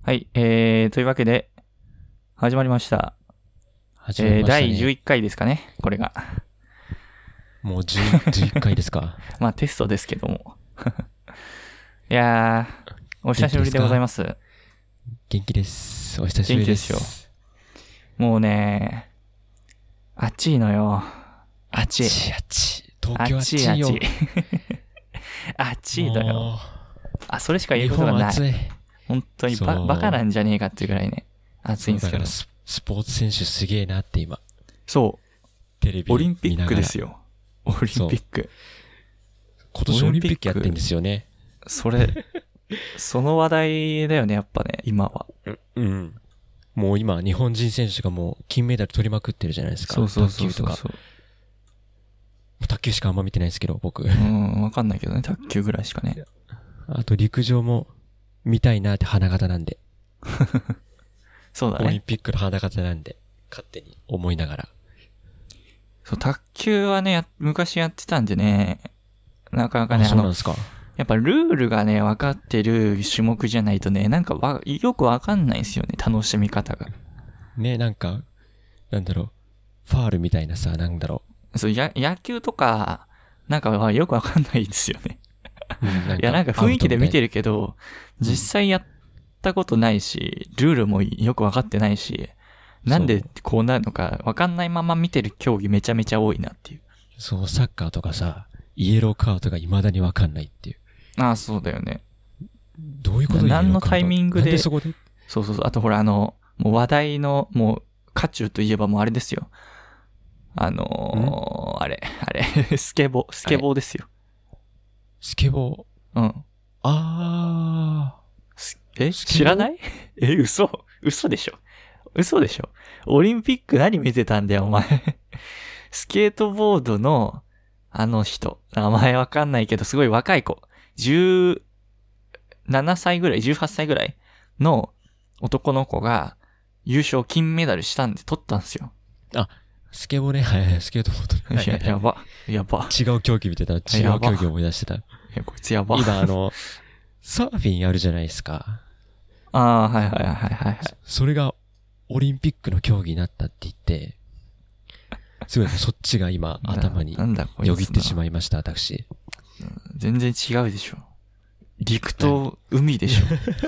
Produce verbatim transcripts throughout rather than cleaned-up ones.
はい、えー、というわけで、始まりました。 始まりましたね。 えー、だいじゅういっかいですかね、これが。 もうじゅう、じゅういっかいですか。 まあテストですけども。いやー、お久しぶりでございます。 元気です。お久しぶりです。 元気ですよ。もうね、暑いのよ。暑い。 暑い暑い。東京暑いよ。 暑い暑い。暑いのよ。あ、それしか言うことがない。 日本暑い。 本当にババカなんじゃねえかっていうぐらいね、暑いんですけど。 だからス、スポーツ選手すげえなって今。 そう。 テレビオリンピックですよ。オリンピック。 今年オリンピックやってんですよね。 それ、その話題だよね、やっぱね、今は。 うん。もう今、日本人選手がもう金メダル取りまくってるじゃないですか。 そうそうそうそう。 卓球とか。卓球しかあんま見てないですけど、僕。 うん、わかんないけどね、卓球ぐらいしかね。 あと陸上も見たいなって花形なんで。 そうだね。 オリンピックの花形なんで、勝手に思いながら。 そう、卓球はね、昔やってたんでね、なかなかね、 あ、そうなんですか。 やっぱルールがね、分かってる種目じゃないとね、なんかわ、よくわかんないんですよね、楽しみ方が。 ね、なんか、なんだろう、ファールみたいなさ、なんだろう。そう、や、野球とか、なんかよくわかんないですよね。 うん、なんかいや、なんか雰囲気で見てるけど、実際やったことないし、ルールもよくわかってないし、なんでこうなるのかわかんないまま見てる競技めちゃめちゃ多いなっていう。 そう、サッカーとかさ、イエローカードが未だにわかんないっていう。 ああ、そうだよね。 どういうこと？ 何のタイミングで。 なんでそこで？ そうそうそう。あとほらあの、もう話題の、もう、渦中といえばもうあれですよ。あのー、あれ、あれ、スケボー、スケボーですよ。 スケボー。うん。 あー。え知らないえ、嘘嘘でしょ嘘でしょオリンピック何見てたんだよ、お前。スケートボードの、あの人。名前わかんないけど、すごい若い子。じゅうななさいぐらい、じゅうはっさいぐらいの男の子が優勝金メダルしたんで取ったんですよ。 あ、スケボーね。はいはい、スケートボード。はいはいはい、 や、やば。やば。 違う競技見てた。違う競技思い出してた。いや、こいつやば。 今あの、サーフィンやるじゃないですか。 ああ、はいはいはいはいはい。 それがオリンピックの競技になったって言って、すごいそっちが今頭によぎってしまいました、私。 全然違うでしょ。陸と海でしょ。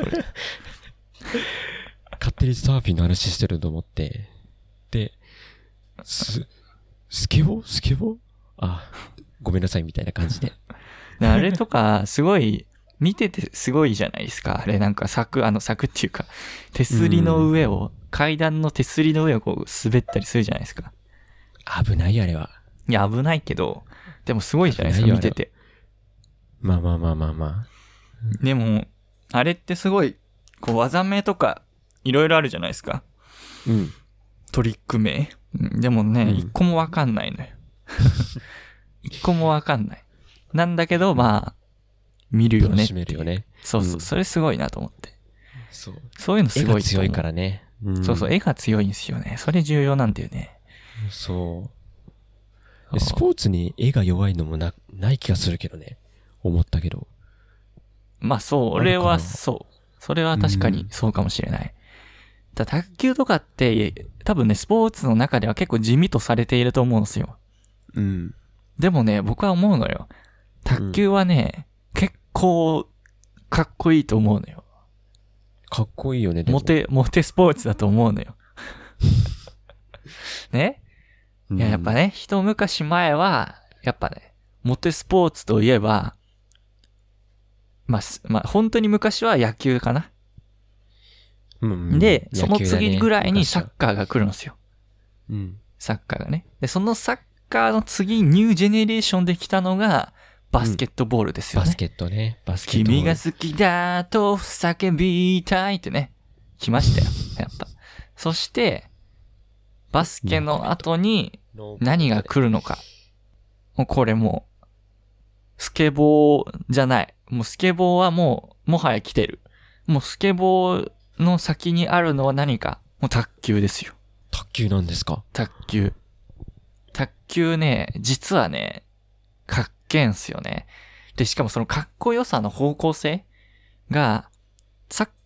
勝手にサーフィンの話してると思って。で、ス、スケボースケボーあ、ごめんなさいみたいな感じで。 あれとか、すごい、見ててすごいじゃないですか。あれなんか柵、あの柵っていうか、手すりの上を、階段の手すりの上をこう滑ったりするじゃないですか。 危ないあれは。 いや、危ないけど、でもすごいじゃないですか、見てて。 まあまあまあまあまあ。 でも、あれってすごい、こう技名とか、いろいろあるじゃないですか。 うん。 トリック名。でもね、一、うん、個もわかんないのよ。一個もわかんない。なんだけど、まあ、見るよね。 楽しめるよね。 そうそう、うん、それすごいなと思って。 そう。 そういうのすごい。 絵が強いからね。 うん、そうそう、絵が強いんですよね。それ重要なんだよね。 そう。スポーツに絵が弱いのもな、ない気がするけどね。思ったけど。 まあ、そう、俺はそう。それは確かにそうかもしれない。うん、だ卓球とかって、多分ね、スポーツの中では結構地味とされていると思うんですよ。 うん。 でもね、僕は思うのよ。卓球はね、うん、結構、かっこいいと思うのよ。 かっこいいよね、 でも。モテ、モテスポーツだと思うのよ。ね、うん、いや、やっぱね、一昔前は、やっぱね、モテスポーツといえば、まあ、まあ、本当に昔は野球かな。 うん、 で、その次ぐらいにサッカーが来るんですよ。 うん。 サッカーがね。で、そのサッカーの次、ニュージェネレーションで来たのが、バスケットボールですよね。 うん、バスケットね。バスケットボール。 君が好きだと叫びたいってね、来ましたよ。やっぱ。そして、バスケの後に何が来るのか。もうこれもう、スケボーじゃない。もうスケボーはもう、もはや来てる。もうスケボーの先にあるのは何か。もう卓球ですよ。 卓球なんですか？ 卓球。卓球ね、実はね、かっけんすよね。で、しかもそのかっこよさの方向性が、サッ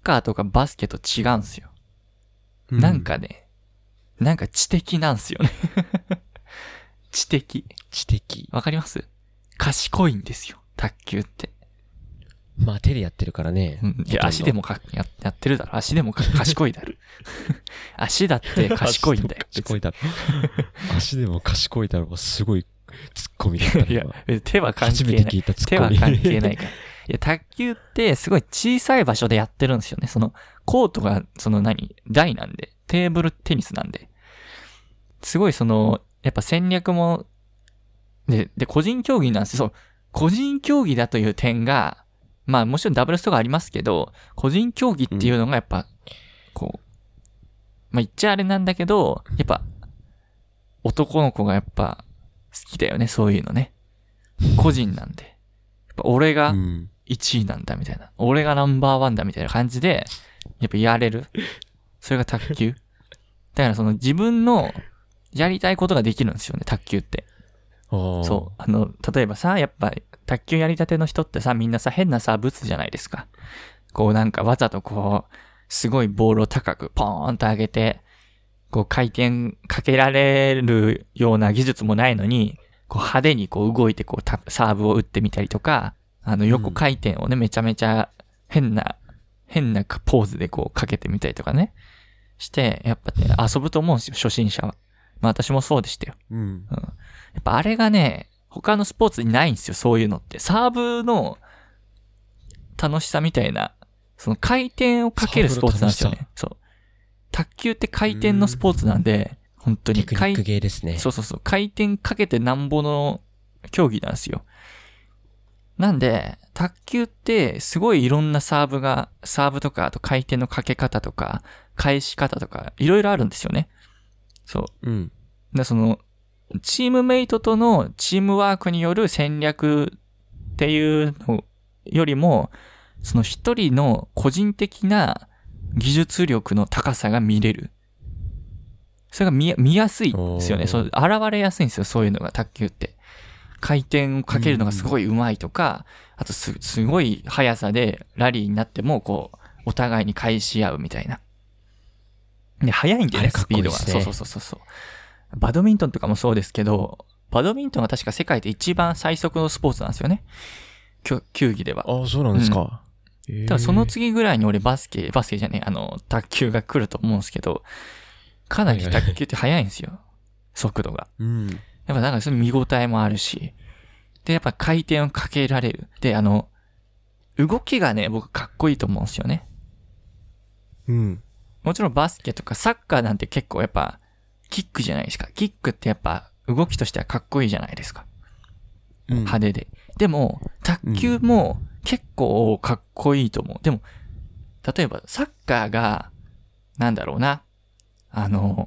カーとかバスケと違うんすよ。 うなんかね、なんか知的なんすよね。知的。 知的。 わかります？賢いんですよ、卓球って。 まあ手でやってるからね。 うん、いや、足でもかややってるだろ。足でもか賢いだろ。足だって賢いんだよ。 賢いだろ。足でも賢いだろ。すごいツッコミだったね。 いや、手は関係ない。 初めて聞いたツッコミ。 手は関係ないから。いや、卓球ってすごい小さい場所でやってるんですよね。その、コートが、その何台なんで、テーブルテニスなんで。すごいその、やっぱ戦略も、で、で、個人競技なんですよ。そう。個人競技だという点が、まあもちろんダブルスとかありますけど、個人競技っていうのがやっぱ、こう、まあ言っちゃあれなんだけど、やっぱ、男の子がやっぱ好きだよね、そういうのね。個人なんで。やっぱ俺がいちいなんだみたいな。俺がナンバーワンだみたいな感じで、やっぱやれる。それが卓球。だからその自分のやりたいことができるんですよね、卓球って。そう。あの、例えばさ、やっぱ、卓球やりたての人ってさ、みんなさ、変なさ、打つじゃないですか。こうなんかわざとこう、すごいボールを高くポーンと上げて、こう回転かけられるような技術もないのに、こう派手にこう動いてこうサーブを打ってみたりとか、あの横回転をね、めちゃめちゃ変な、変なポーズでこうかけてみたりとかね。して、やっぱね、遊ぶと思うんですよ、初心者は。まあ私もそうでしたよ。 うん。うん。 やっぱあれがね、他のスポーツにないんですよ、そういうのって。サーブの楽しさみたいな、その回転をかけるスポーツなんですよね。そう。卓球って回転のスポーツなんで、本当に。 テクニックゲーですね。 そうそうそう。回転かけてなんぼの競技なんですよ。なんで、卓球ってすごいいろんなサーブが、サーブとか、あと回転のかけ方とか、返し方とか、いろいろあるんですよね。そう。 うん。 で、その、チームメイトとのチームワークによる戦略っていうのよりも、その一人の個人的な技術力の高さが見れる。それが見や、見やすいんですよね。そう、現れやすいんですよ、そういうのが、卓球って。回転をかけるのがすごい上手いとか、あとす、すごい速さでラリーになっても、こう、お互いに返し合うみたいな。で、速いんだよね、スピードが。そうそうそうそう。バドミントンとかもそうですけど、バドミントンが確か世界で一番最速のスポーツなんですよね。球技では。 ああ、そうなんですか。 うん、ただその次ぐらいに俺バスケ、バスケじゃねえ、あの、卓球が来ると思うんですけど、かなり卓球って速いんですよ。速度が。 うん。 やっぱなんかその見応えもあるし、で、やっぱ回転をかけられる。で、あの、動きがね、僕かっこいいと思うんですよね。 うん。 もちろんバスケとかサッカーなんて結構やっぱ、キックじゃないですか。キックってやっぱ動きとしてはかっこいいじゃないですか。うん、派手で。でも、卓球も結構かっこいいと思う。でも、例えばサッカーが、なんだろうな。あの、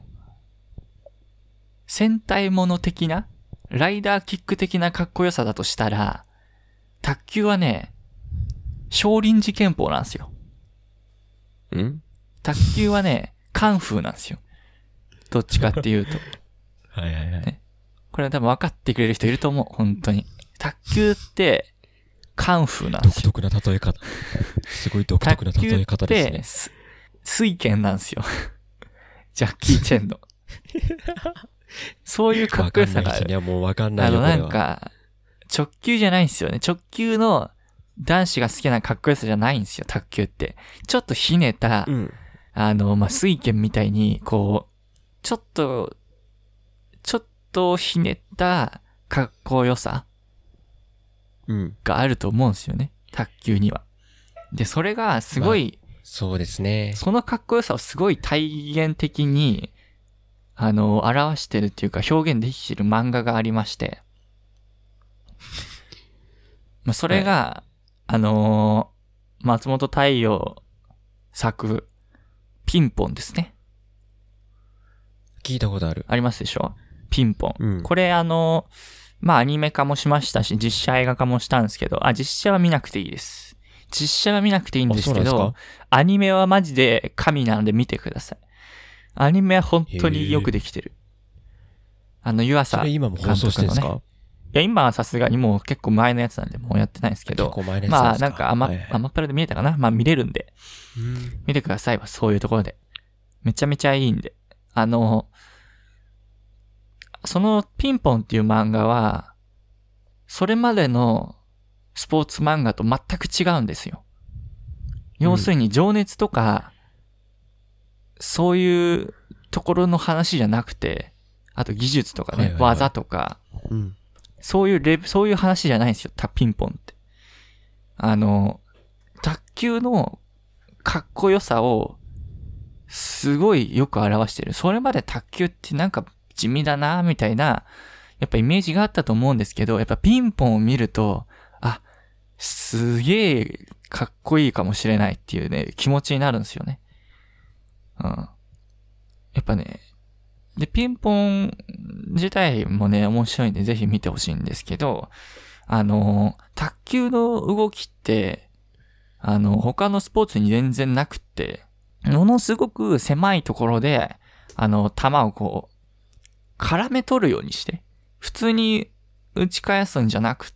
戦隊もの的な、ライダーキック的なかっこよさだとしたら、卓球はね、少林寺拳法なんですよ。 ん？ 卓球はね、カンフーなんですよ。どっちかっていうと。 はいはいはい、 ね。これは多分分かってくれる人いると思う。本当に。卓球って、カンフーなんですよ。 独特な例え方。すごい独特な例え方ですね。 す水拳なんですよ。ジャッキー・チェンの。そういうかっこよさがある。 いやもう分かんないよ。 あのなんか、直球じゃないんですよね。直球の男子が好きなかっこよさじゃないんですよ、卓球って。ちょっとひねた、うん、あの、まあ、水拳みたいに、こう、ちょっと、ちょっとひねったかっこよさがあると思うんですよね。卓球には。で、それがすごい、 まあ、そうですね。 そのかっこよさをすごい体現的に、あの、表してるっていうか表現できてる漫画がありまして。まあ、それが、はい、あのー、松本太陽作、ピンポンですね。 聞いたことある。 ありますでしょ？ピンポン。 うん、 これあの、まあアニメ化もしましたし、実写映画化もしたんですけど、あ、実写は見なくていいです。実写は見なくていいんですけど、アニメはマジで神なので見てください。アニメは本当によくできてる。あの、湯浅監督のね。 それ今も放送してるんですか？ いや、今はさすがにもう結構前のやつなんで、もうやってないんですけど、 結構前のやつまあ、 ですかなんかアマ、 はいはいアマプラで見れたかな、まあ見れるんで、 うん見てくださいわ、そういうところで。めちゃめちゃいいんで。あの、そのピンポンっていう漫画は、それまでのスポーツ漫画と全く違うんですよ。要するに情熱とか、そういうところの話じゃなくて、あと技術とかね、 はいはいはい技とか、 うん。 そういうレベ、そういう話じゃないんですよ、タピンポンって。あの、卓球のかっこよさを、すごいよく表してる。それまで卓球ってなんか地味だな、みたいな、やっぱイメージがあったと思うんですけど、やっぱピンポンを見ると、あ、すげえかっこいいかもしれないっていうね、気持ちになるんですよね。うん。やっぱね、で、ピンポン自体もね、面白いんでぜひ見てほしいんですけど、あの、卓球の動きって、あの、他のスポーツに全然なくって、ものすごく狭いところで、あの、球をこう、絡め取るようにして、普通に打ち返すんじゃなくって、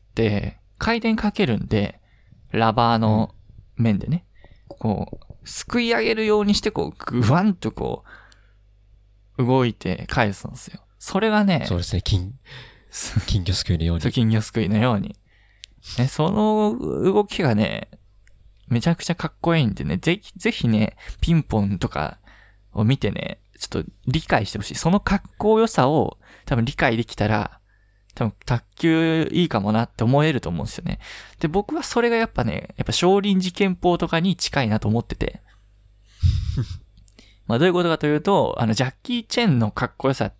回転かけるんで、ラバーの面でね、こう、すくい上げるようにして、こう、ぐわんとこう、動いて返すんですよ。それがね、 そうですね、金、金魚すくいのように。 金魚すくいのように。ね、その動きがね、めちゃくちゃかっこいいんでね、ぜひ、ぜひね、ピンポンとかを見てね、ちょっと理解してほしい。そのかっこよさを多分理解できたら、多分卓球いいかもなって思えると思うんですよね。で、僕はそれがやっぱね、やっぱ少林寺拳法とかに近いなと思ってて。まあどういうことかというと、あの、ジャッキー・チェンのかっこよさって、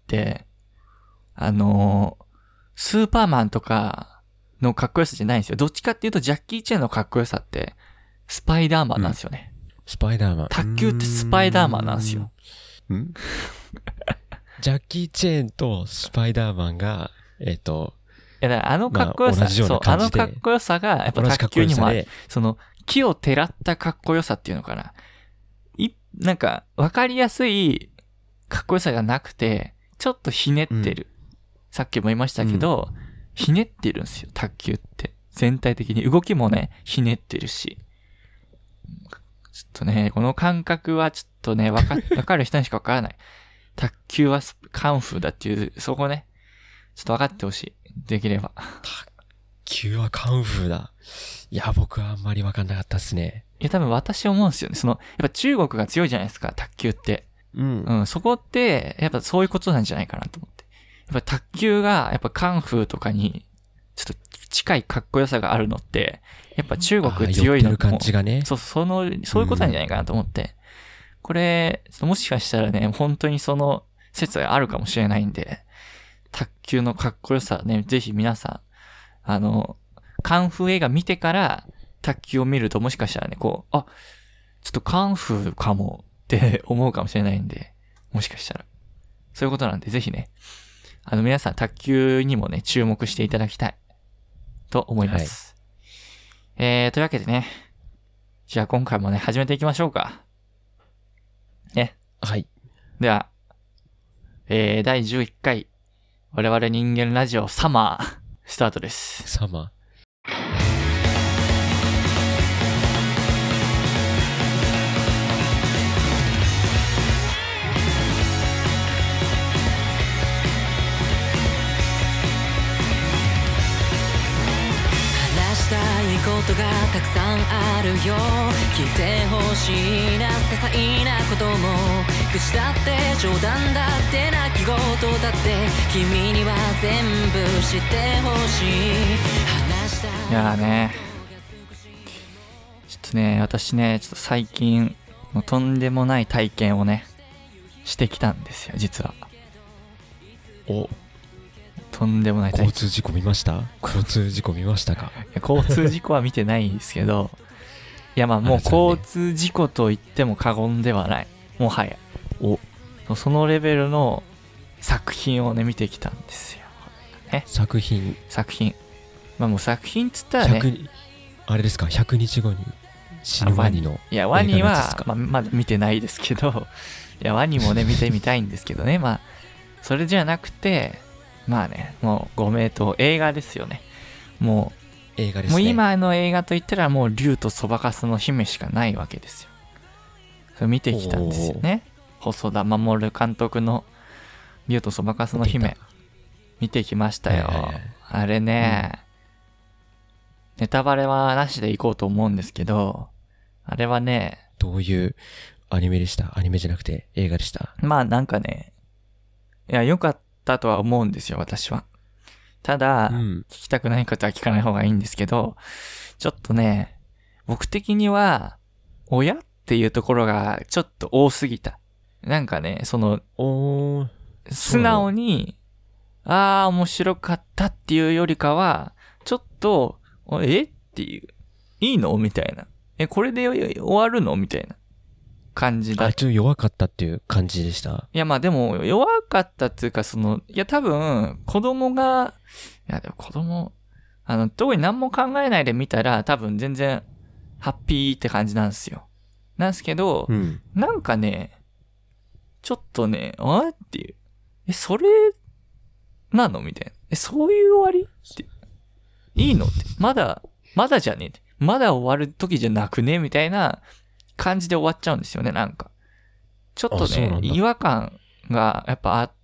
あのー、スーパーマンとかのかっこよさじゃないんですよ。どっちかっていうと、ジャッキー・チェンのかっこよさって、スパイダーマンなんですよね。 うん、スパイダーマン。 卓球ってスパイダーマンなんですよ。 んジャッキー・チェーンとスパイダーマンが、えっ、ー、と、 いやだからあのかっこよさ、 まあ、同じようそう、 な感じであのかっこよさが、やっぱ卓球にもある。その、木をてらったかっこよさっていうのかな。い、なんか、わかりやすいかっこよさがなくて、ちょっとひねってる。うん、さっきも言いましたけど、うん、ひねってるんですよ、卓球って。全体的に。動きもね、ひねってるし。ちょっとね、この感覚はちょっとね、わか、わかる人にしかわからない。卓球はカンフーだっていう、そこね、ちょっと分かってほしい。できれば。 卓球はカンフーだ。いや、僕はあんまり分かんなかったですね。 いや、多分私思うんですよね。その、やっぱ中国が強いじゃないですか、卓球って。 うん。 うん、そこって、やっぱそういうことなんじゃないかなと思って。やっぱ卓球が、やっぱカンフーとかに、ちょっと近いかっこよさがあるのって、やっぱ中国強いのも、 感じがね。 そう、その、そういうことなんじゃないかなと思って。うん、これ、もしかしたらね、本当にその説があるかもしれないんで、卓球のかっこよさね、ぜひ皆さん、あの、カンフー映画見てから卓球を見るともしかしたらね、こう、あ、ちょっとカンフーかもって思うかもしれないんで、もしかしたら。そういうことなんで、ぜひね、あの皆さん卓球にもね、注目していただきたいと思います。はい、えー、というわけでね、じゃあ今回もね、始めていきましょうか。ね。 はい。 では、えー、だいじゅういっかい、我々人間ラジオサマー、スタートです。 サマー。 話したいことがたくさんあるよ。聞いてほしいな、些細なことも。口だって冗談だって泣き言だって君には全部知ってほしい。話したい。 いやーね、ちょっとね、私ね、ちょっと最近もうとんでもない体験をねしてきたんですよ、実は。 お、 とんでもない体験。 交通事故見ました？交通事故見ましたか？ いや、交通事故は見てないんですけど、いやまあもう交通事故と言っても過言ではない、もはや。 お、 そのレベルの作品をね見てきたんですよ。ね、 作品。 作品。まあもう作品っつったらね、 あれですか、ひゃくにちごに死ぬワニの。 いや、ワニは、まあ、まだ見てないですけど、いや、ワニもね、見てみたいんですけどね、まあ、それじゃなくて、 まあね、もうご名答、映画ですよね。もう、 映画ですね。 もう今の映画といったらもう竜とそばかすの姫しかないわけですよ。それ見てきたんですよね。細田守監督の竜とそばかすの姫。見てきましたよ。 はいはいはい、 あれね、うん、ネタバレはなしでいこうと思うんですけど、あれはね、 どういうアニメでした？アニメじゃなくて映画でした？ まあなんかね、いや良かったとは思うんですよ、私は。ただ、うん、聞きたくないことは聞かない方がいいんですけど、ちょっとね、僕的には、親っていうところがちょっと多すぎた。なんかね、その、 お素直に、あー面白かったっていうよりかは、ちょっと、えっていう、いいのみたいな。え、これで終わるのみたいな感じだ。 あ、ちょっと弱かったっていう感じでした。 いや、まあでも、弱かったっていうか、その、いや多分、子供が、いやでも子供、あの、特に何も考えないで見たら、多分全然、ハッピーって感じなんですよ。なんですけど、 うん、 なんかね、ちょっとね、あっていう。え、それ、なのみたいな。え、そういう終わりって。いいのって。まだ、まだじゃねえって。まだ終わる時じゃなくねみたいな感じで終わっちゃうんですよね、なんか。ちょっとね、違和感がやっぱあって。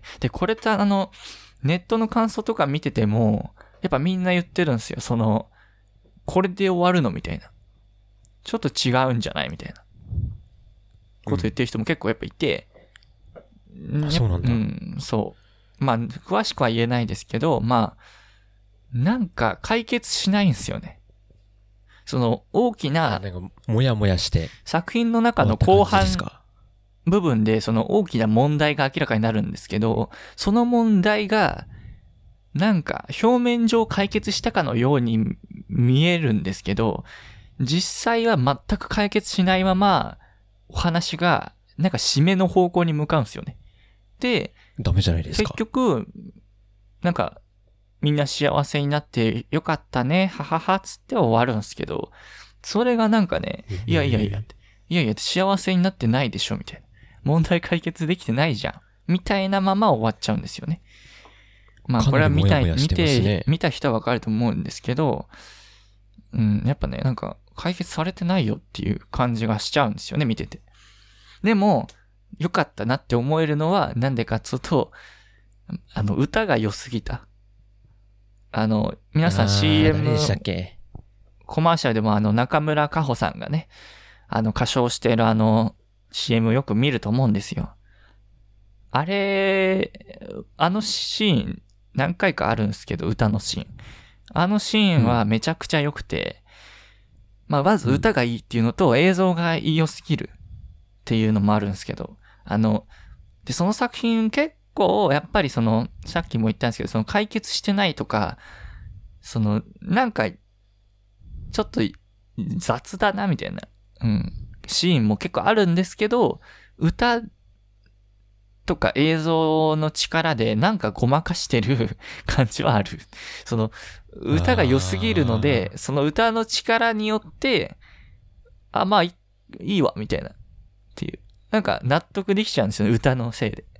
で、これってあの、ネットの感想とか見てても、やっぱみんな言ってるんですよ。その、これで終わるのみたいな。ちょっと違うんじゃないみたいな。こと言ってる人も結構やっぱいて。 うん、そうなんだ。 うん、そう。まあ、詳しくは言えないですけど、まあ、なんか解決しないんですよね。その大きな、 なんかもやもやして。 作品の中の後半部分でその大きな問題が明らかになるんですけど、その問題が、なんか表面上解決したかのように見えるんですけど、実際は全く解決しないまま、お話が、なんか締めの方向に向かうんですよね。で、 ダメじゃないですか。 結局、なんか、みんな幸せになってよかったね、はははつって終わるんですけど、それがなんかね、いやいやいや、いやいや、幸せになってないでしょ、みたいな。問題解決できてないじゃん。みたいなまま終わっちゃうんですよね。まあ、これは見た、見て、見た人はわかると思うんですけど、うん、やっぱね、なんか、解決されてないよっていう感じがしちゃうんですよね、見てて。でも、良かったなって思えるのは、なんでかっつうと、あの、歌が良すぎた。あの、皆さん シーエム、コマーシャルでもあの、中村佳穂さんがね、あの、歌唱しているあの、シーエム をよく見ると思うんですよ。あれ、あのシーン、何回かあるんですけど、歌のシーン。あのシーンはめちゃくちゃ良くて、うん、まあ、まず歌がいいっていうのと、映像が良すぎるっていうのもあるんですけど、あの、で、その作品結構、やっぱりその、さっきも言ったんですけど、その解決してないとか、その、なんか、ちょっと雑だな、みたいな、うん、シーンも結構あるんですけど、歌とか映像の力でなんかごまかしてる感じはある。その、歌が良すぎるので、その歌の力によって、あ、まあいいいわ、みたいな。っていう。なんか納得できちゃうんですよね、歌のせいで。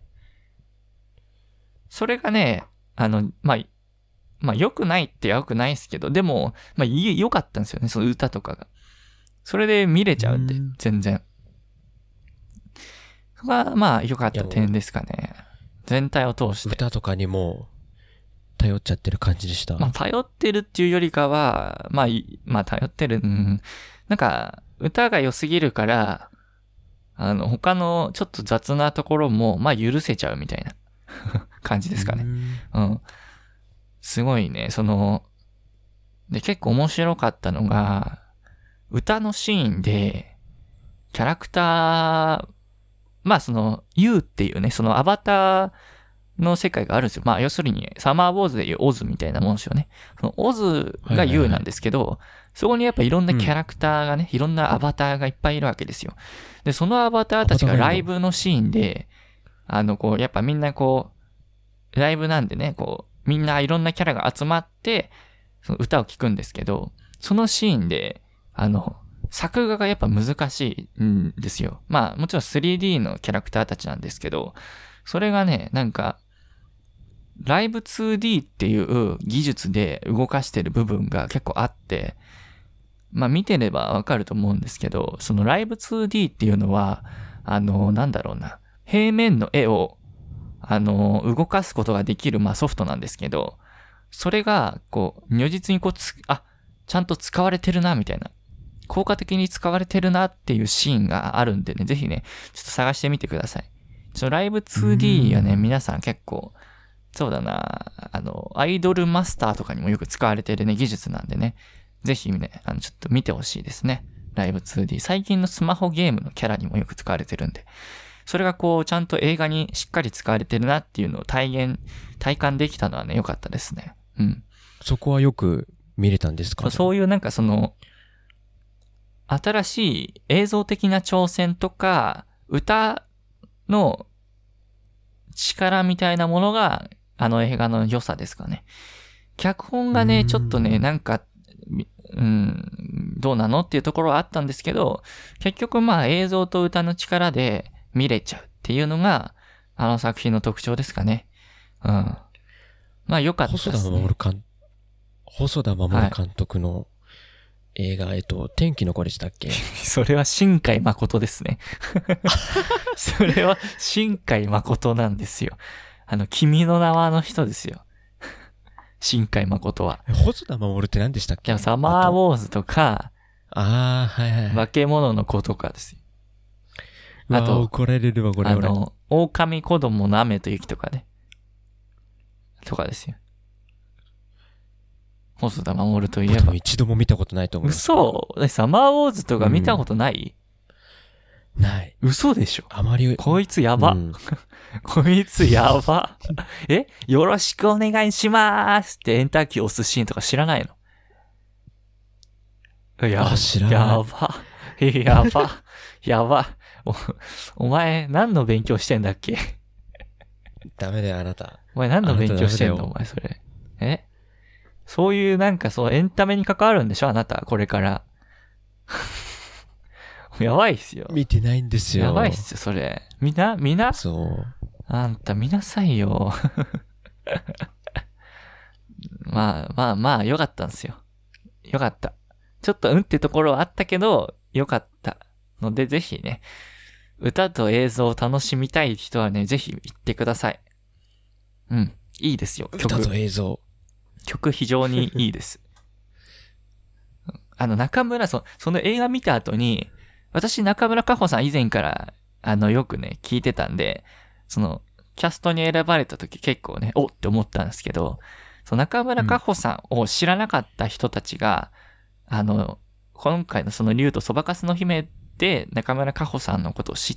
それがね、あの、まあ、まあ良くないって良くないですけど、でも、まあ良かったんですよね、その歌とかが。それで見れちゃうんで、ん全然。そこはまあ良かった点ですかね。全体を通して。 歌とかにも頼っちゃってる感じでした。 まあ頼ってるっていうよりかは、まあ、まあ頼ってる、うん。なんか、歌が良すぎるから、あの、他のちょっと雑なところも、まあ許せちゃうみたいな感じですかね。うん。すごいね、その、で、結構面白かったのが、歌のシーンで、キャラクター、まあその、ユーっていうね、そのアバターの世界があるんですよ。まあ要するに、サマーウォーズでいうオズみたいなもんですよね。そのオズがユーなんですけど、はいはいはい、そこにやっぱいろんなキャラクターがね、うん、いろんなアバターがいっぱいいるわけですよ。で、そのアバターたちがライブのシーンで、あの、こう、やっぱみんなこう、ライブなんでね、こう、みんないろんなキャラが集まって、その歌を聴くんですけど、そのシーンで、あの、作画がやっぱ難しいんですよ。まあもちろん スリーディー のキャラクターたちなんですけど、それがね、なんか、 ライブ ツーディー っていう技術で動かしてる部分が結構あって、まあ見てればわかると思うんですけど、そのライブ ツーディー っていうのは、あの、なんだろうな、平面の絵を、あの、動かすことができる、まあソフトなんですけど、それが、こう、如実にこうつ、あ、ちゃんと使われてるな、みたいな。効果的に使われてるなっていうシーンがあるんでね、ぜひね、ちょっと探してみてください。そのライブ ツーディー はね、皆さん結構、そうだな、あの、アイドルマスターとかにもよく使われてるね、技術なんでね、ぜひね、あの、ちょっと見てほしいですね。ライブ ツーディー。最近のスマホゲームのキャラにもよく使われてるんで、それがこう、ちゃんと映画にしっかり使われてるなっていうのを体現、体感できたのはね、良かったですね。うん。 そこはよく見れたんですか？ そう、そういうなんかその、新しい映像的な挑戦とか、歌の力みたいなものが、あの映画の良さですかね。脚本がね、ちょっとね、なんか、うん、どうなのっていうところはあったんですけど、結局まあ映像と歌の力で見れちゃうっていうのが、あの作品の特徴ですかね。うん。まあ良かったですね。 細田守監、細田守監督の映画、はい、えっと、天気の子でしたっけ？ それは新海誠ですね。それは新海誠なんですよ。あの、君の名はの人ですよ。新海誠は。 細田守って何でしたっけ？ いや、サマーウォーズとか、 ああ、はいはい。 化け物の子とかですよ。 あと、怒られるわ、これ。 あの、狼子供の雨と雪とかね。とかですよ。細田守といえば。 一度も見たことないと思う。 嘘？サマーウォーズとか見たことない？ うん、ない。 嘘でしょ。 あまり。 こいつやば。うん、こいつやば。え？よろしくお願いしまーすってエンターキー押すシーンとか知らないの？やば。 知らない。 やば。やば。やば。お、お前何の勉強してんだっけ？ ダメだよ、あなた。 お前何の勉強してんのお前それ。え？そういうなんかそうエンタメに関わるんでしょあなた、これから。やばいっすよ。 見てないんですよ。 やばいっすよ、それ。みな、みなそう。 あんた見なさいよ。まあまあまあ、よかったんですよ。よかった。ちょっとうんってところはあったけど、よかったので、ぜひね、歌と映像を楽しみたい人はね、ぜひ行ってください。うん、いいですよ。 曲。歌と映像。 曲非常にいいです。あの、中村、そ、その映画見た後に、私中村佳穂さん以前から、あの、よくね、聞いてたんで、その、キャストに選ばれた時結構ね、おって思ったんですけど、その中村佳穂さんを知らなかった人たちが、うん、あの、今回のその竜とそばかすの姫で中村佳穂さんのことを知って、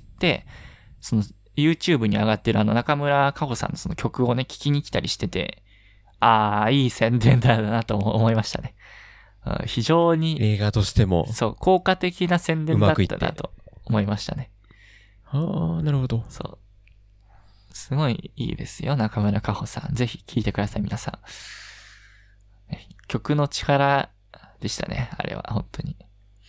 その YouTube に上がってるあの中村佳穂さんのその曲をね、聞きに来たりしてて、ああ、いい宣伝だなと思いましたね。非常に、 映画としても、 そう、効果的な宣伝だったなと思いましたね。 ああ、なるほど。 そう。すごいいいですよ、中村佳穂さん。ぜひ聴いてください、皆さん。曲の力でしたね、あれは、本当に。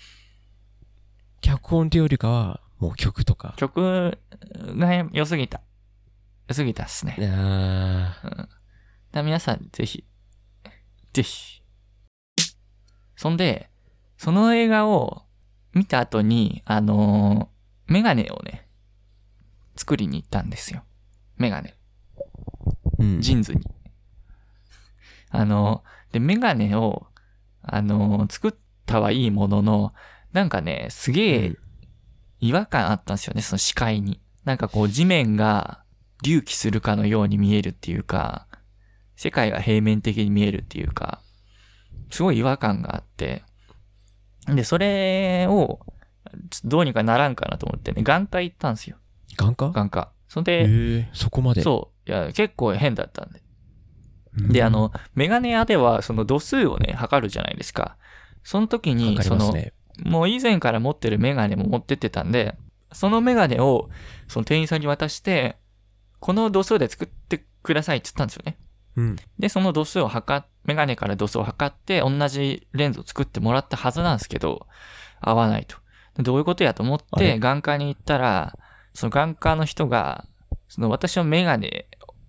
脚本ってよりかは、もう曲とか。 曲が良すぎた。良すぎたっすね。 ああ。 うんだ皆さん、ぜひ、ぜひ。そんで、その映画を見た後に、あのー、メガネをね、作りに行ったんですよ。メガネ。 うん。 ジーンズに。あのー、で、メガネを、あのー、作ったはいいものの、なんかね、すげえ違和感あったんですよね、その視界に。なんかこう、地面が隆起するかのように見えるっていうか、世界が平面的に見えるっていうか、すごい違和感があって、で、それを、どうにかならんかなと思ってね、眼科行ったんですよ。 眼科？ 眼科。そんで、 へー、そこまで。 そう。いや、結構変だったんで。で、あの、メガネ屋では、その度数をね、測るじゃないですか。その時に、その、もう以前から持ってるメガネも持ってってたんで、そのメガネを、その店員さんに渡して、この度数で作ってくださいって言ったんですよね。 うん、 で、その度数を測っ、メガネから度数を測って、同じレンズを作ってもらったはずなんですけど、合わないと。どういうことやと思って、眼科に行ったら、その眼科の人が、その私のメガネ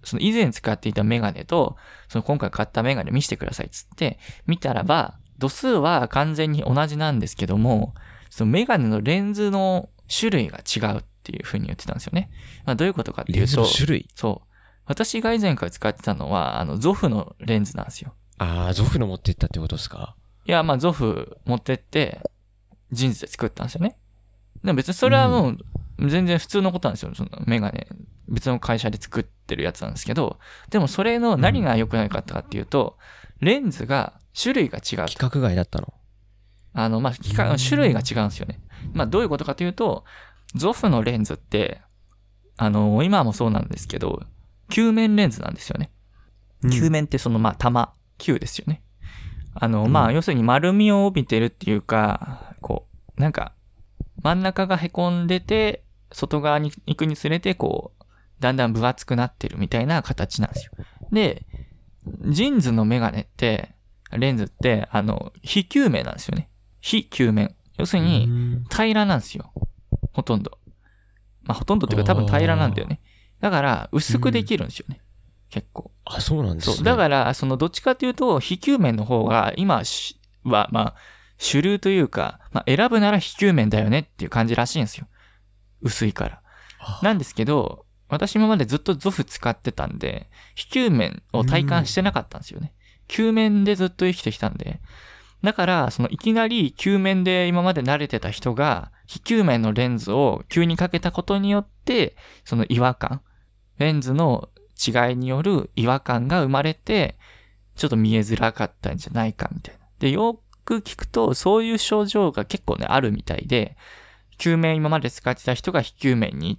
その以前使っていたメガネと、その今回買ったメガネ見せてくださいっつって、見たらば、度数は完全に同じなんですけども、そのメガネのレンズの種類が違うっていう風に言ってたんですよね。まあどういうことかっていうと、 レンズの種類そう。私が以前から使ってたのは、あの、ゾフのレンズなんですよ。 ああ、ゾフの持ってったってことですか？ いや、まあゾフ持ってって、ジーンズで作ったんですよね。でも別にそれはもう、全然普通のことなんですよ。そのメガネ。別の会社で作ってるやつなんですけど、でもそれの何が良くないかったかっていうと、うん、レンズが種類が違う。 規格外だったの？ あの、まあ、規格、種類が違うんですよね。まあ、どういうことかというと、ゾフのレンズって、あの、今もそうなんですけど、球面レンズなんですよね。うん、球面ってその、まあ、玉、球ですよね。あの、まあ、要するに丸みを帯びてるっていうか、こう、なんか、真ん中が凹んでて、外側に行くにつれて、こう、だんだん分厚くなってるみたいな形なんですよ。で、ジーンズのメガネって、レンズって、あの、非球面なんですよね。非球面。要するに、平らなんですよ。ほとんど。まあ、ほとんどっていうか多分平らなんだよね。だから、薄くできるんですよね。結構。 あ、そうなんですね。 そう。だから、その、どっちかというと、非球面の方が、今は、まあ、主流というか、まあ、選ぶなら非球面だよねっていう感じらしいんですよ。薄いから。なんですけど、私今までずっとゾフ使ってたんで、非球面を体感してなかったんですよね。球面でずっと生きてきたんで。だから、そのいきなり球面で今まで慣れてた人が、非球面のレンズを急にかけたことによって、その違和感、レンズの違いによる違和感が生まれて、ちょっと見えづらかったんじゃないかみたいな。で、よく聞くと、そういう症状が結構ね、あるみたいで、球面今まで使ってた人が非球面に行って、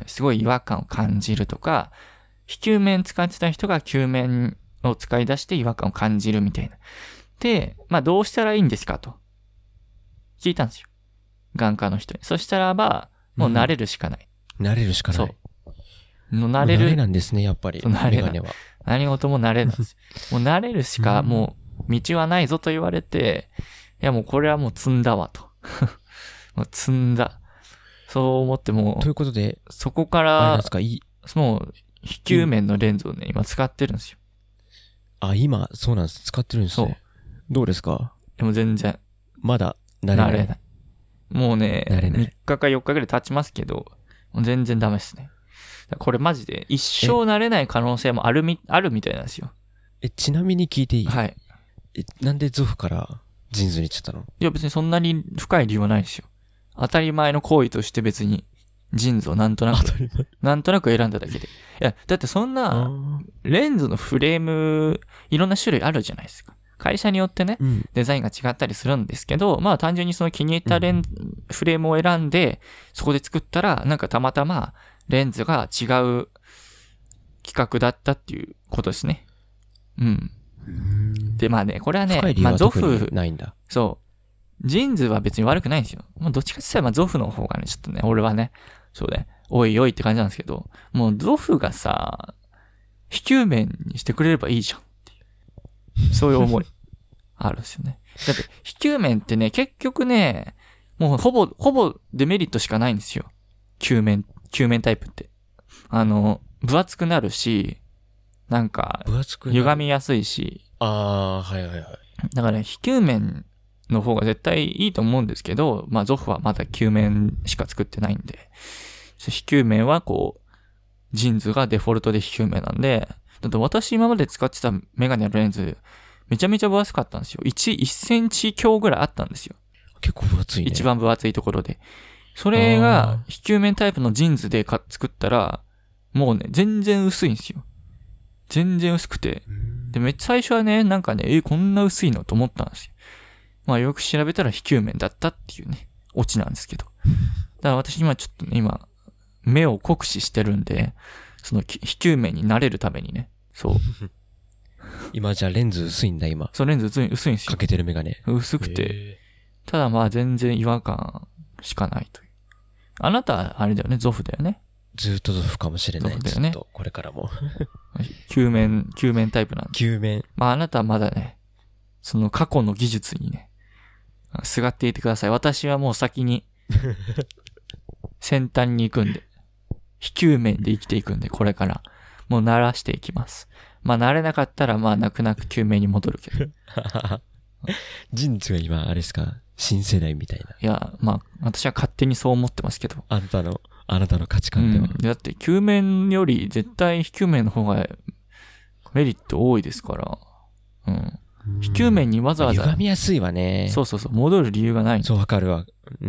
すごい違和感を感じるとか、非球面使ってた人が球面を使い出して違和感を感じるみたいな。で、まあどうしたらいいんですかと聞いたんですよ。眼科の人に。そしたらば、もう慣れるしかない。 うん、慣れるしかない。 そう。もう慣れる。 慣れなんですね、やっぱり。 慣れメガネは。 何事も慣れなんですよ。もう慣れるしか、もう道はないぞと言われて、いやもうこれはもう積んだわと。もう積んだ。そう思ってもう。 ということで、 そこから、 あれですか、いい。 もう、非球面のレンズをね、今使ってるんですよ。 あ、今、そうなんです。使ってるんですね。そう。どうですか？ でも全然。 まだ、慣れない。慣れない。 もうね、 慣れない。 みっかかよっかぐらい経ちますけど、もう全然ダメですね。これマジで、一生慣れない可能性もあるみ、あるみたいなんですよ。 え、ちなみに聞いていい？ はい。 え、なんでゾフからジーンズに行っちゃったの？ いや別にそんなに深い理由はないですよ。当たり前の行為として別に、ジーンズをなんとなく、なんとなく選んだだけで。いや、だってそんな、レンズのフレーム、いろんな種類あるじゃないですか。会社によってね、うん、デザインが違ったりするんですけど、まあ単純にその気に入ったレン、うん、フレームを選んで、そこで作ったら、なんかたまたまレンズが違う規格だったっていうことですね。うん。うんで、まあね、これはね、まあゾフ、 ないんだ。 そう。ジーンズは別に悪くないんですよ。まあどっちかって言ったら、まあゾフの方がね、ちょっとね、俺はね、そうね、おいおいって感じなんですけど、もうゾフがさ、非球面にしてくれればいいじゃんっていう。そういう思い。あるんですよね。だって、非球面ってね、結局ね、もうほぼ、ほぼデメリットしかないんですよ。球面、球面タイプって。あの、分厚くなるし、なんか、歪みやすいし。 ああ、はいはいはい。 だから、非球面の方が絶対いいと思うんですけど、まあ、ゾフはまだ球面しか作ってないんで、非球面はこう、ジーンズがデフォルトで非球面なんで、だって私今まで使ってたメガネのレンズ、めちゃめちゃ分厚かったんですよ。いち、いちセンチ強ぐらいあったんですよ。 結構分厚いね。 一番分厚いところで。それが、非球面タイプのジーンズで作ったら、もうね、全然薄いんですよ。全然薄くて。で、めっちゃ最初はね、なんかね、え、こんな薄いのと思ったんですよ。まあよく調べたら非球面だったっていうね、オチなんですけど。だから私今ちょっとね、今、目を酷使してるんで、その非球面になれるためにね、そう。 今じゃあレンズ薄いんだ今。 そう、レンズ薄い、薄いんですよ。 かけてるメガネ。 薄くて。ただまあ全然違和感しかないという。あなたはあれだよね、ゾフだよね。 ずっとゾフかもしれない。 だよね。 ずっと、これからも。 球面、球面タイプなんで。 球面。 まああなたはまだね、その過去の技術にね、すがっていてください。私はもう先に、先端に行くんで。非球面で生きていくんで、これから。 もう慣らしていきます。まあ慣れなかったらまあ泣く泣く救命に戻るけど。 ジンズが今、あれですか、新世代みたいな。 いや、まあ私は勝手にそう思ってますけど。 あなたの、あなたの価値う観では。 ん。だって救命より絶対非救命の方がメリット多いですから。うん。非救命にわざわざ。 歪みやすいわね。 そうそうそう。戻る理由がない。 そう、わかるわ。うん。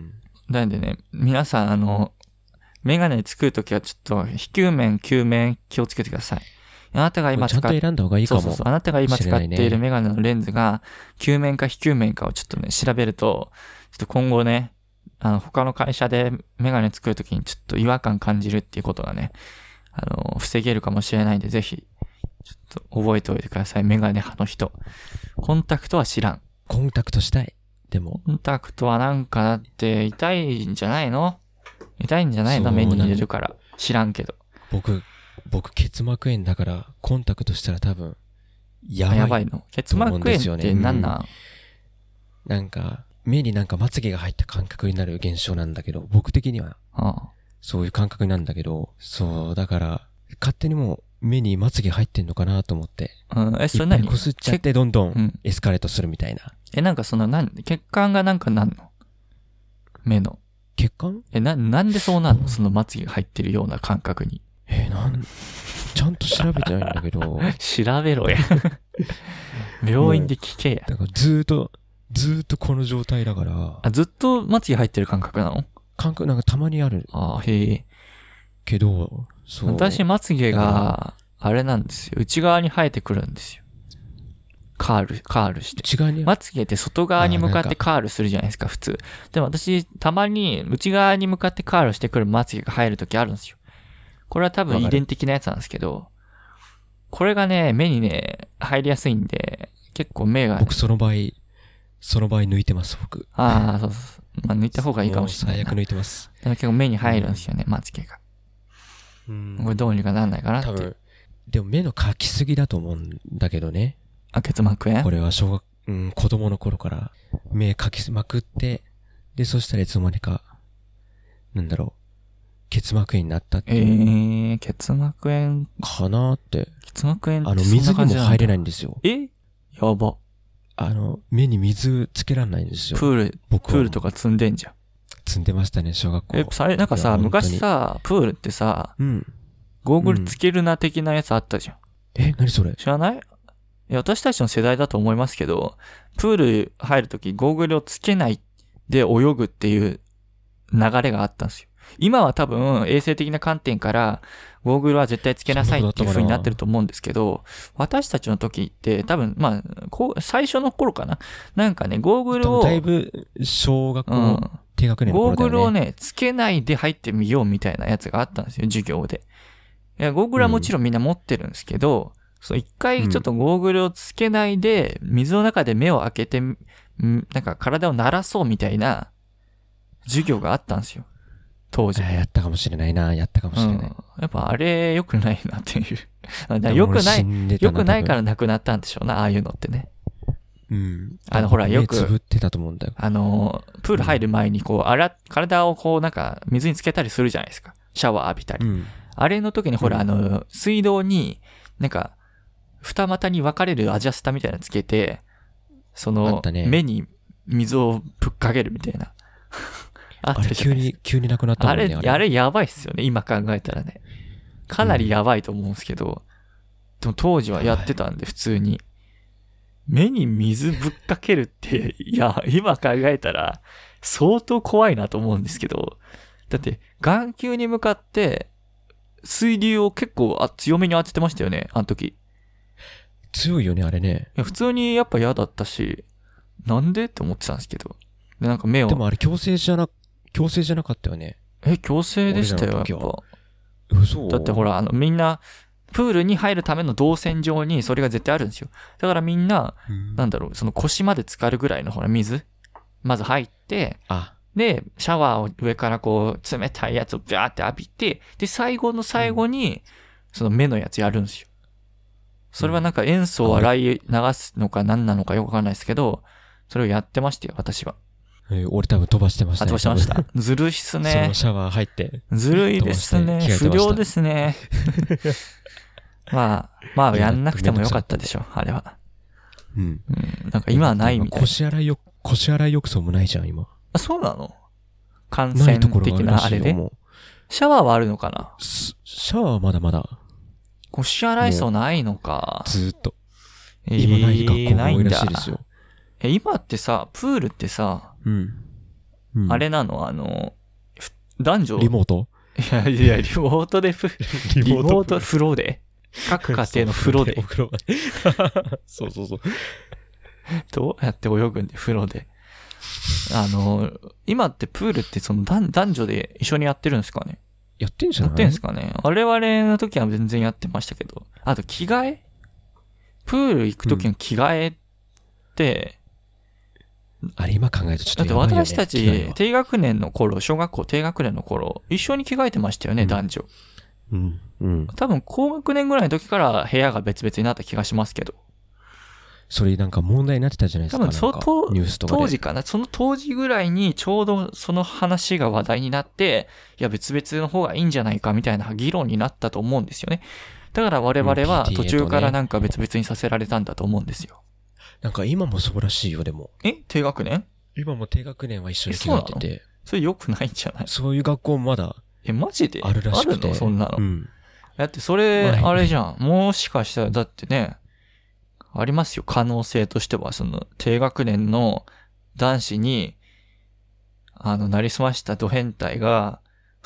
なんでね、皆さん、あの、メガネ作るときはちょっと、非球面、球面気をつけてください。あなたが今使っちゃんと選んだ方がいいかも。 そうそうそう。あなたが今使っているメガネのレンズが、球面か非球面かをちょっとね、調べると、ちょっと今後ね、あの、他の会社でメガネ作るときにちょっと違和感感じるっていうことがね、あの、防げるかもしれないんで、ぜひ、ちょっと覚えておいてください。メガネ派の人。コンタクトは知らん。 コンタクトしたい。でも。 コンタクトはなんかだって痛いんじゃないの？痛いんじゃないの？目に入れるから。知らんけど。 僕、僕、結膜炎だから、コンタクトしたら多分、やばい。 やばいの。結膜炎って何なん、うん、 なんか、目になんかまつげが入った感覚になる現象なんだけど、僕的には、 ああそういう感覚なんだけど、そう、だから、勝手にもう目にまつげ入ってんのかなと思って。 うん、え、それ何？ いっぱいこすっちゃってどんどんエスカレートするみたいな。うん、 え、なんかその、なん、血管がなんかなんの？目の。 血管？ え、な、なんでそうなんの？そのまつげが入ってるような感覚に。 えー、なん、ちゃんと調べてないんだけど。 調べろや。病院で聞けや。 だからずーっと、ずーっとこの状態だから。 あ、ずっとまつげ入ってる感覚なの？ 感覚なんかたまにある。 ああ、へえ。 けど、そう。 私、まつげが、あれなんですよ。内側に生えてくるんですよ。カール、カールして。 内側にまつげって外側に向かってカールするじゃないですか、普通。でも私、たまに内側に向かってカールしてくるまつげが生えるときあるんですよ。これは多分遺伝的なやつなんですけど、これがね、目にね、入りやすいんで、結構目が、ね。 僕その場合、その場合抜いてます、僕。 ああ、そうそうそう。まあ抜いた方がいいかもしれないな。 最悪抜いてます。 でも結構目に入るんですよね、まつげが。うん。これどうにかなんないかなって。多分。 でも目の描きすぎだと思うんだけどね。 あ、結膜炎？ これは小学、うん、子供の頃から目描きまくって、で、そしたらいつの間にか、なんだろう、結膜炎になったっていう。 えー、結膜炎。 かなーって。 結膜炎ってあの、水にも入れないんですよ。 え？やば。 あの、目に水つけらんないんですよ。 プール、僕プールとか積んでんじゃん。 積んでましたね、小学校。 え、さ、なんかさ、昔さ、プールってさ、うん。ゴーグルつけるな的なやつあったじゃん。 うん、え、何それ？ 知らない？いや、私たちの世代だと思いますけど、プール入るときゴーグルをつけないで泳ぐっていう流れがあったんですよ。今は多分衛生的な観点からゴーグルは絶対つけなさいっていう風になってると思うんですけど、私たちの時って多分、まあ、こう、最初の頃かな。なんかね、ゴーグルを。 だいぶ小学校の低学年の頃だよね。 ゴーグルをね、つけないで入ってみようみたいなやつがあったんですよ、授業で。いや、ゴーグルはもちろんみんな持ってるんですけど、うんそう、一回ちょっとゴーグルをつけないで、水の中で目を開けて、んなんか体を慣らそうみたいな授業があったんですよ。当時。 やったかもしれないな、やったかもしれない。うん、 やっぱあれ良くないなっていう。良くない、良くないからなくなったんでしょうな、ああいうのってね。 うん。 あの、ほら、よく、 目つぶってたと思うんだよ。 あの、プール入る前にこう、あら、体をこうなんか水につけたりするじゃないですか。シャワー浴びたり。うん、あれの時にほら、うん、あの、水道になんか、二股に分かれるアジャスタみたいなのつけて、その、ね、目に水をぶっかけるみたいな。 あったじゃないですか。急に、急になくなったもんね。 あれ、あれ、あれやばいっすよね、今考えたらね。かなりやばいと思うんですけど、うん、でも当時はやってたんで、普通に。目に水ぶっかけるって、いや、今考えたら、相当怖いなと思うんですけど、だって、眼球に向かって、水流を結構あ強めに当ててましたよね、あの時。 強いよね、あれね。 いや、普通にやっぱ嫌だったし、なんでって思ってたんですけど。で、なんか目を。 でもあれ強制じゃな、強制じゃなかったよね。 え、強制でしたよ、やっぱ。 嘘？ だってほら、あの、みんな、プールに入るための動線上にそれが絶対あるんですよ。だからみんな、んなんだろう、その腰まで浸かるぐらいのほら、水。まず入って、 あで、シャワーを上からこう、冷たいやつをビャーって浴びて、で、最後の最後に、その目のやつやるんですよ。それはなんか塩素を洗い流すのか何なのかよくわかんないですけど、それをやってましたよ、私は。 えー俺多分飛ばしてましたあ、 ね。 飛ばしてました。ずるいっすそねの。シャワー入って。 ずるいですね。不飛ばして着替えてました良ですね。まあ、まあ、やんなくてもよかったでしょ、あれは。 うん。 うん。なんか今はないみたいな。 腰洗いよ、腰洗い浴槽もないじゃん、今。 あ、そうなの？感ない染ところがあるら的なあれで。 しいよもシャワーはあるのかな？ うシシャワーはまだまだ、 腰洗い槽ないのか。 ずーっと。 え今ない学校が多いないんだらしいですよ。 え、今ってさ、プールってさ、 うん。うんあれなのあの、ふ男女リモートいやいや、リモートでふ、 リリモート風呂で各家庭の風呂おで風呂場で。そうそうそう。 どうやって泳ぐんで、風呂で。あの、今ってプールってその男男女で一緒にやってるんですかね？ やってんじゃないやってんですかね？我々の時は全然やってましたけど。あと着替え？プール行く時の着替えって、 あれ今考えるとちょっだってとやばいよね。 私た着替えはち低学年の頃、小学校低学年の頃、一緒に着替えてましたよね、 うん男女。 うん。うん。 多分高学年ぐらいの時から部屋が別々になった気がしますけど。 それなんか問題になってたじゃないですか。 多分そなんかとニュースとかで。 当時かな、その当時ぐらいにちょうどその話が話題になって、いや別々の方がいいんじゃないかみたいな議論になったと思うんですよね。だから我々は途中からなんか別々にさせられたんだと思うんですよ。 なんか今もそうらしいよ、でも。 え低学年？ 今も低学年は一緒に着替えてて。 それ良くないんじゃない？ そういう学校もまだえ、マジであるらしくて。 あるのそんなの。 うん。 だってそれ、 まああれじゃん。もしかしたら、だってね、ありますよ。可能性としては、その、低学年の男子に、あの、なりすましたド変態が、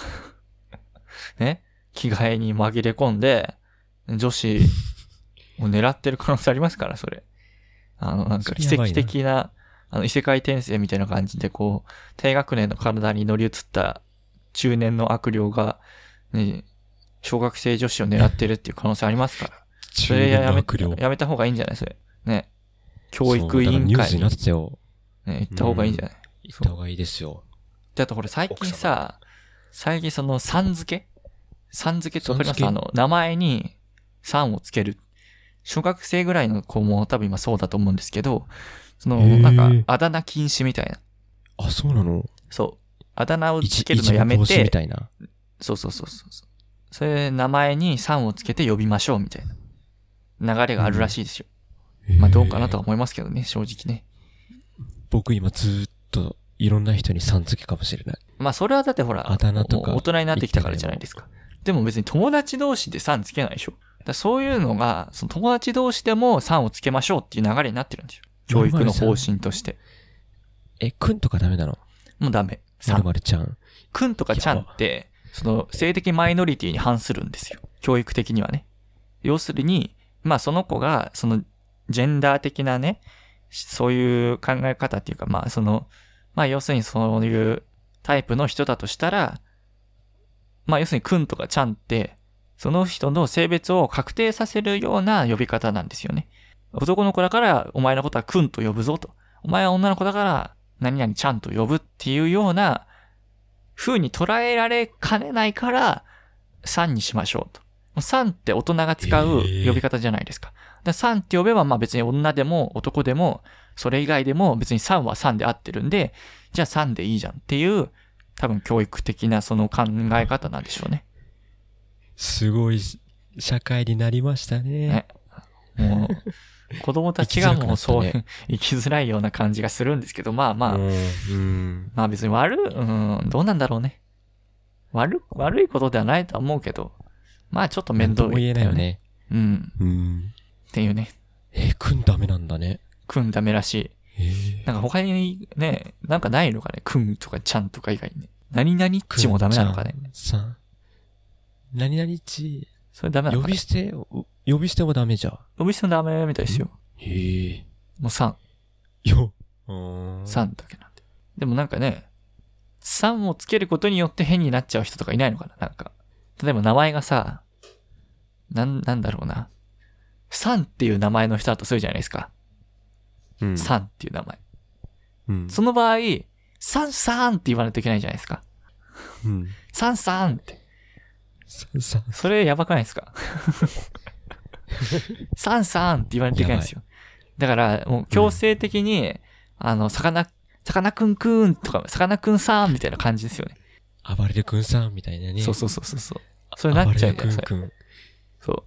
ね、着替えに紛れ込んで、女子を狙ってる可能性ありますから、それ。あの、なんか奇跡的な、あの、異世界転生みたいな感じで、こう、低学年の体に乗り移った中年の悪霊が、ね、小学生女子を狙ってるっていう可能性ありますから。それやめ、やめた方がいいんじゃないそれ。ね。教育委員ニュースにな会にってたよ。 ね、行った方がいいんじゃない、 行った方がいいですよ。 で、あとこれ最近さ、最近その、さん付けさん付けってわかります？あの、名前にさんをつける。小学生ぐらいの子も多分今そうだと思うんですけど、その、なんか、あだ名禁止みたいな。 あ、そうなの？ そう。あだ名をつけるのやめて、 みたいな。 そうそうそうそう。それ、名前にさんをつけて呼びましょうみたいな流れがあるらしいですよ。うん、まあどうかなとは思いますけどね、正直ね。 僕今ずーっといろんな人にさん付けかもしれない。 まあそれはだってほら、 あだ名とか大人になってきたからじゃないですか。でも別に友達同士でさんつけないでしょ。だそういうのが、その友達同士でもさんをつけましょうっていう流れになってるんですよ。教育の方針として。 え、くんとかダメなの？ もうダメ。 まるまるちゃん。 くんとかちゃんって、その性的マイノリティに反するんですよ。教育的にはね。要するに、まあその子が、そのジェンダー的なね、そういう考え方っていうか、まあその、まあ要するにそういうタイプの人だとしたら、まあ要するにくんとかちゃんって、その人の性別を確定させるような呼び方なんですよね。男の子だからお前のことはくんと呼ぶぞと。お前は女の子だから何々ちゃんと呼ぶっていうような風に捉えられかねないからさんにしましょうと。さんって大人が使う呼び方じゃないですか。ださんって呼べばまあ別に女でも男でもそれ以外でも別にさんはさんで合ってるんで、じゃあさんでいいじゃんっていう多分教育的なその考え方なんでしょうね。 すごい社会になりましたね。 ねもう子供たちがもうそういう生きづらいような感じがするんですけど、まあまあ、 うんうん、 まあ別に悪い、うん、どうなんだろうね。悪、悪いことではないとは思うけど、まあちょっと面倒い、 ね。言えないよね。 うん。 うん。 っていうね。 えー、くんダメなんだね。 くんダメらしい。 えー、 なんか他にね、なんかないのかね。くんとかちゃんとか以外にね。何々っちもダメなのかね。 さん。何々っち。 それダメなのかね。 呼び捨て、呼び捨てもダメじゃん。 呼び捨てもダメみたいですよ。 へえ。 もうさん。 よ。 さんだけなんで。でもなんかね、さんをつけることによって変になっちゃう人とかいないのかななんか。例えば名前がさ、なん、なんだろうな。さんっていう名前の人だとするじゃないですか。 うん。 さんっていう名前。 うん。 その場合、さんさんって言わないといけないじゃないですか。 うん。 さんさんって。 さんさん。 それやばくないですかさんさんって言わないといけないんですよ。だから、もう強制的に、うん、あの、魚、 さかなクンくんとか、さかなクンさんみたいな感じですよね。 暴れるくんさんみたいなね。 そうそうそうそうそう。それなっちゃうじゃないですか。 暴れるくんくん。 そう。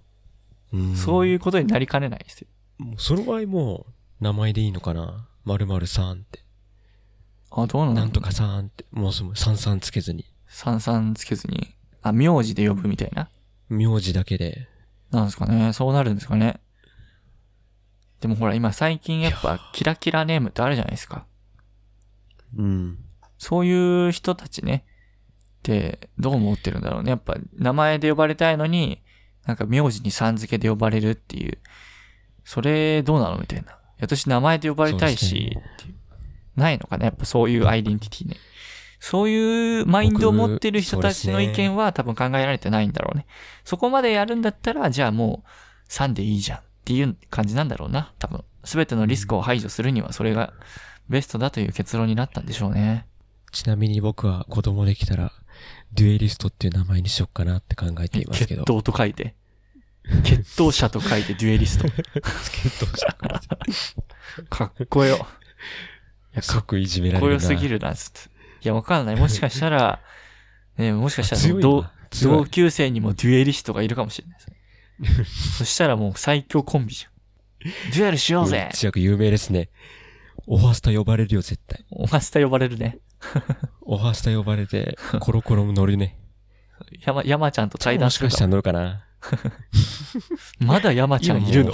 うん。 そういうことになりかねないですよ。 もうその場合もう、名前でいいのかな？〇〇さんって。 あ、どうなの？ なんとかさんって、もうその、さんさんつけずに。 さんさんつけずに。あ、名字で呼ぶみたいな。 名字だけで。 なんですかね。そうなるんですかね。でもほら、今最近やっぱ、キラキラネームってあるじゃないですか。 うん。 そういう人たちね。って、どう思ってるんだろうね。やっぱ、名前で呼ばれたいのに、なんか名字にさん付けで呼ばれるっていう。それ、どうなのみたいな。私名前で呼ばれたいし、っていう。ないのかなやっぱそういうアイデンティティね。そういうマインドを持ってる人たちの意見は多分考えられてないんだろうね。そこまでやるんだったら、じゃあもうさんでいいじゃんっていう感じなんだろうな。多分。すべてのリスクを排除するにはそれがベストだという結論になったんでしょうね。 ちなみに僕は子供できたら、デュエリストっていう名前にしよっかなって考えていますけど。 決闘と書いて。決闘者と書いてデュエリスト。 決闘者から。 かっこよ。 いや、かっこいじめられるな。 かっこよすぎるな、つって。いや、わかんない。もしかしたら、ね、もしかしたら同、同級生にもデュエリストがいるかもしれないです。そしたらもう最強コンビじゃん。デュエルしようぜ。 一躍有名ですね。オハスタ呼ばれるよ、絶対。 オハスタ呼ばれるね。 オハスタ呼ばれて、コロコロも乗るね。 山、山ちゃんと対談するかもしかしたら乗るかな。 まだ山ちゃんいるのって。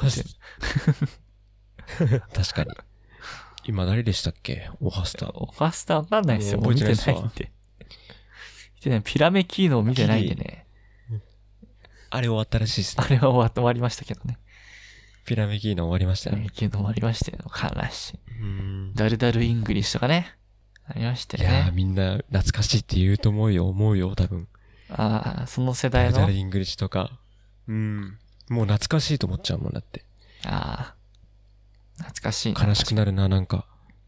確かに。今誰でしたっけ？オハスタ。 オハスタわかんないですよ。もう見てないんで。見てない。ピラメキーノを見てないんでね。 あれ終わったらしいですね。 あれは終わ終わりましたけどね。 ピラメキーノ終わりましたね。 ピラメキーノ終わりましたよ。悲しい。 うん。 ダルダルイングリッシュとかね。ありましたよね。 いやーみんな懐かしいって言うと思うよ、思うよ、多分。 ああ、その世代の。 ダルダルイングリッシュとか。うん。もう懐かしいと思っちゃうもんだって。 ああ。懐かしいな。 悲しくなるな、なんか。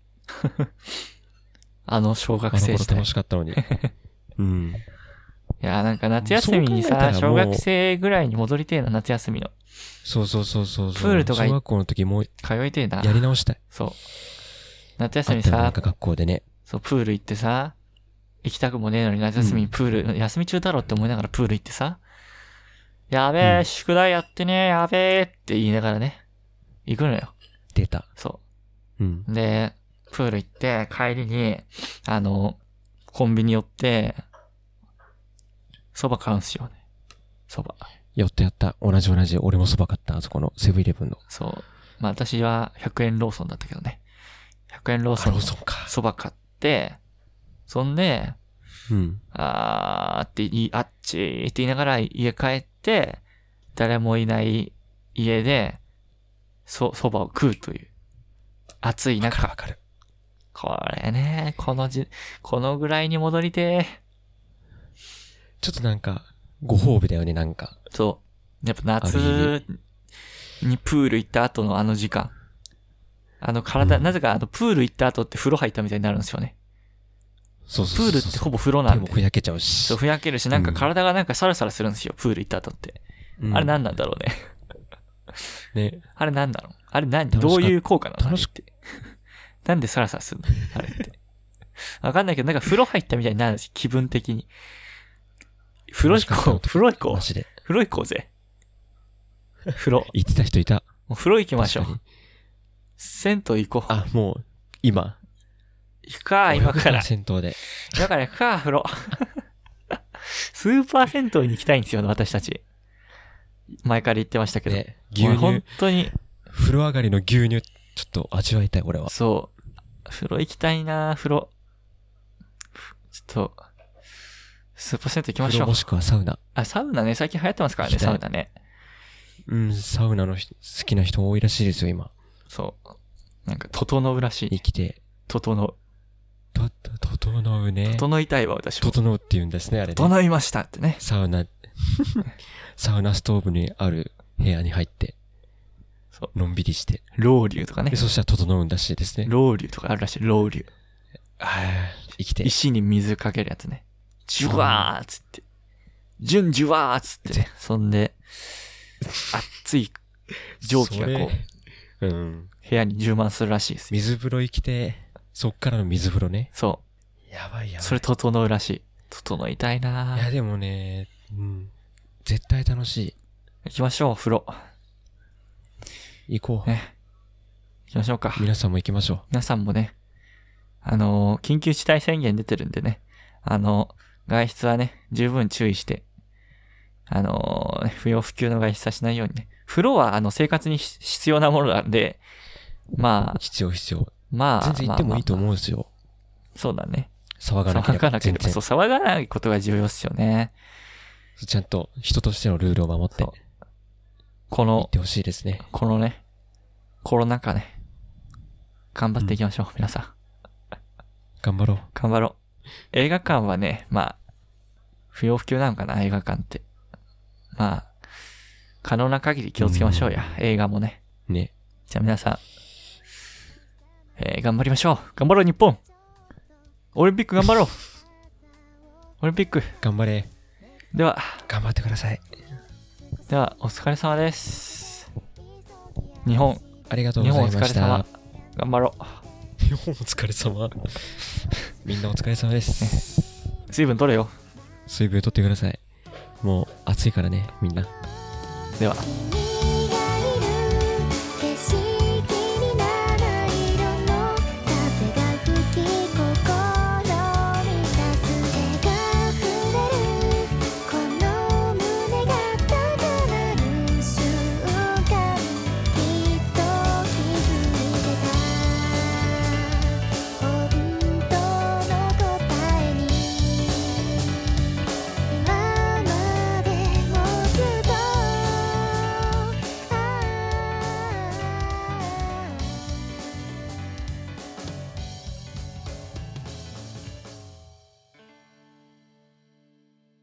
あの小学生時代。 あの頃楽しかったのに。うん。 いや、なんか夏休みにさ、小学生ぐらいに戻りてえな、夏休みの。 そうそうそうそうそう。 プールとか小学校の時もう通いてえな。 やり直したい。 そう。夏休みさ、 なんか学校でね。 そう、プール行ってさ、行きたくもねえのに夏休みにプール、うん、休み中だろって思いながらプール行ってさ、やべえ、うん、宿題やってねえ、やべえって言いながらね、行くのよ。 出た。 そう。 うん。 で、プール行って、帰りに、あの、コンビニ寄って、蕎麦買うんすよね。蕎麦。 やったやった。同じ同じ。俺も蕎麦買った。あそこのセブンイレブンの。 そう。まあ私はひゃくえんローソンだったけどね。ひゃくえんローソン。 ローソンか。 蕎麦買って、そんで、 うん。 あーって言い、あっちーって言いながら家帰って、誰もいない家で、そ、蕎麦を食うという。暑い中。 わかるわかる。 これね、このじ、このぐらいに戻りてー。 ちょっとなんか、ご褒美だよね、なんか。 そう。やっぱ夏にプール行った後のあの時間。あの体、うん、なぜかあのプール行った後って風呂入ったみたいになるんですよね。 そうそうそうそう。 プールってほぼ風呂なんで。 手もふやけちゃうし。 そう、ふやけるし、なんか体がなんかサラサラするんですよ、プール行った後って。うん、あれ何なんだろうね。 ね。 あれ何だろうあれ何どういう効果なの楽しく。なんでサラサラするのあれって。わかんないけど、なんか風呂入ったみたいになるし、気分的に。風呂行こう。風呂行こう。マジで。風呂行こうぜ。風呂。 行ってた人いた。 もう風呂行きましょう。銭湯行こう。 あ、もう、今。 行くか、今から。 銭湯で。 今から行くか、風呂。スーパー銭湯に行きたいんですよね、私たち。前から言ってましたけど。ね、牛乳。本当に。 風呂上がりの牛乳、ちょっと味わいたい、俺は。 そう。風呂行きたいな、風呂。ちょっと、スーパー銭湯行きましょう。風呂もしくはサウナ。 あ、サウナね、最近流行ってますからね、サウナね。 うん、サウナの好きな人多いらしいですよ、今。 そう。なんか、整うらしい。 生きて。 整う。 と、と、整うね。 整いたいわ、私も。整うって言うんですね、あれね。 整いましたってね。 サウナ、サウナストーブにある部屋に入って、そう。のんびりして。 ロウリュとかね。 そしたら整うんらしいですね。 ロウリュとかあるらしい、ロウリュ。 ああ、生きて。 石に水かけるやつね。ジュワーっつって。ジュンジュワーっつってね。そんで、熱い蒸気がこう、 うん、 部屋に充満するらしいですよ。 水風呂行きて、 そっからの水風呂ね。 そやばいやばい。 う。それ整うらしい。整いたいないやでもね、うん。絶対楽しい。 行きましょう、風呂。 行こう。 ね。行きましょうか。 皆さんも行きましょう。 皆さんもね、あのー、緊急事態宣言出てるんでね、あのー、外出はね、十分注意して、あのー、不要不急の外出はしないようにね。風呂は、あの、生活に必要なものなんで、まあ、 必要必要。 まあ、 全然行ってもいいと思うんう。 ですよ。 そうだね。 騒がなければ。 騒がなければ。 全然そう、騒がないことが重要っすよね。 ちゃんと人としてのルールを守ってそうこ行っの、 てほしいですね。 このね、コロナ禍ね、頑張っていきましょう、皆さん。 頑張ろう。 頑張ろう。映画館はね、まあ、不要不急なのかな、映画館って。まあ、可能な限り気をつけましょうや、映画もね。 ね。 じゃあ皆さん、えー、頑張りましょう。頑張ろう、日本。オリンピック頑張ろう。オリンピック。 頑張れ。 では、 頑張ってください。 では、お疲れ様です。日本、 ありがとう日ございました。 本お疲れ様。頑張ろう。 日本お疲れ様。みんなお疲れ様です。 水分取れよ。 水分取ってください。もう暑いからね、みんな。 では。 君